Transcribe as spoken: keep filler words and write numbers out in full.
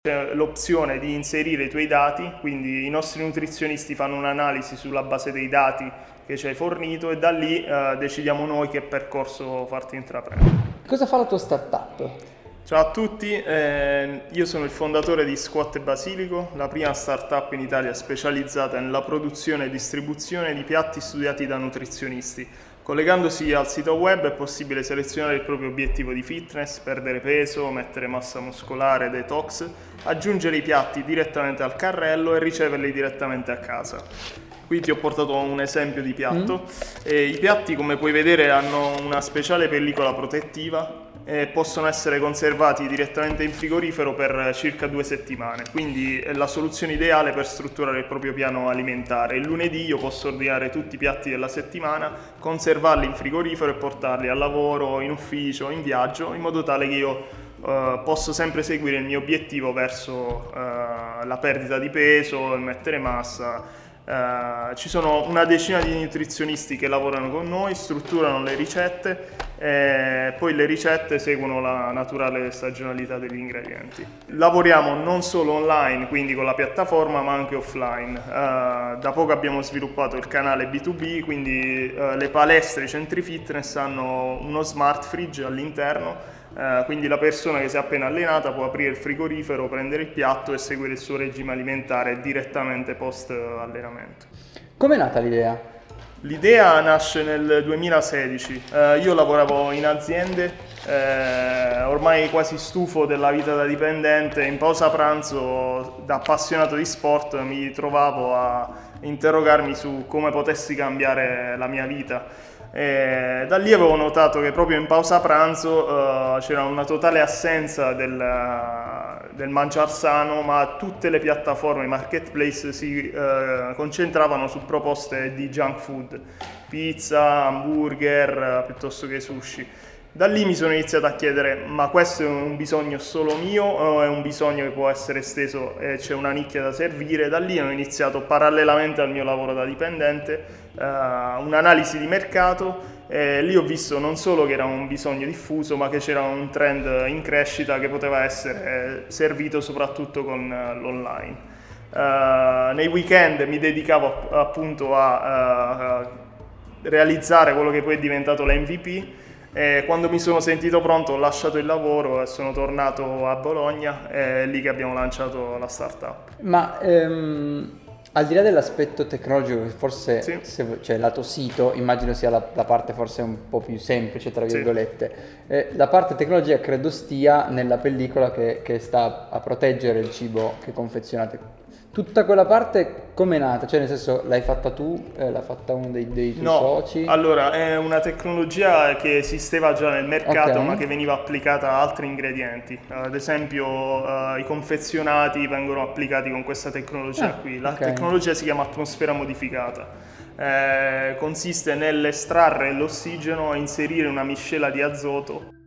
C'è l'opzione di inserire i tuoi dati, quindi i nostri nutrizionisti fanno un'analisi sulla base dei dati che ci hai fornito e da lì eh, decidiamo noi che percorso farti intraprendere. Cosa fa la tua startup? Ciao a tutti, eh, io sono il fondatore di Squat e Basilico, la prima startup in Italia specializzata nella produzione e distribuzione di piatti studiati da nutrizionisti. Collegandosi al sito web è possibile selezionare il proprio obiettivo di fitness, perdere peso, mettere massa muscolare, detox, aggiungere i piatti direttamente al carrello e riceverli direttamente a casa. Qui ti ho portato un esempio di piatto. Mm. E i piatti, come puoi vedere, hanno una speciale pellicola protettiva e possono essere conservati direttamente in frigorifero per circa due settimane, quindi è la soluzione ideale per strutturare il proprio piano alimentare. Il lunedì io posso ordinare tutti i piatti della settimana, conservarli in frigorifero e portarli al lavoro, in ufficio, in viaggio, in modo tale che io uh, posso sempre seguire il mio obiettivo verso uh, la perdita di peso, il mettere massa. Uh, ci sono una decina di nutrizionisti che lavorano con noi, strutturano le ricette e poi le ricette seguono la naturale stagionalità degli ingredienti. Lavoriamo non solo online, quindi con la piattaforma, ma anche offline. Uh, da poco abbiamo sviluppato il canale B due B, quindi uh, le palestre, i centri fitness hanno uno smart fridge all'interno. Uh, quindi la persona che si è appena allenata può aprire il frigorifero, prendere il piatto e seguire il suo regime alimentare direttamente post allenamento. Com'è nata l'idea? L'idea nasce nel duemilasedici. Uh, io lavoravo in aziende, eh, ormai quasi stufo della vita da dipendente. In pausa pranzo, da appassionato di sport, mi trovavo a interrogarmi su come potessi cambiare la mia vita. E da lì avevo notato che proprio in pausa pranzo uh, c'era una totale assenza del, uh, del mangiar sano, ma tutte le piattaforme marketplace si uh, concentravano su proposte di junk food, pizza, hamburger, uh, piuttosto che sushi. Da lì mi sono iniziato a chiedere: ma questo è un bisogno solo mio o è un bisogno che può essere esteso e c'è una nicchia da servire? Da lì ho iniziato, parallelamente al mio lavoro da dipendente, uh, un'analisi di mercato e lì ho visto non solo che era un bisogno diffuso, ma che c'era un trend in crescita che poteva essere servito soprattutto con uh, l'online. Uh, nei weekend mi dedicavo appunto a uh, realizzare quello che poi è diventato l'M V P. E quando mi sono sentito pronto ho lasciato il lavoro e sono tornato a Bologna, è lì che abbiamo lanciato la startup. Ma ehm, al di là dell'aspetto tecnologico, forse sì. se, cioè lato sito, immagino sia la, la parte forse un po' più semplice, tra virgolette, sì. eh, la parte tecnologica credo stia nella pellicola che, che sta a proteggere il cibo che confezionate. Tutta quella parte com'è nata? Cioè nel senso, l'hai fatta tu, eh, l'ha fatta uno dei, dei tuoi no, soci? Allora è una tecnologia che esisteva già nel mercato, okay. ma che veniva applicata a altri ingredienti. Uh, ad esempio uh, i confezionati vengono applicati con questa tecnologia ah, qui. La okay. tecnologia si chiama atmosfera modificata. Eh, consiste nell'estrarre l'ossigeno e inserire una miscela di azoto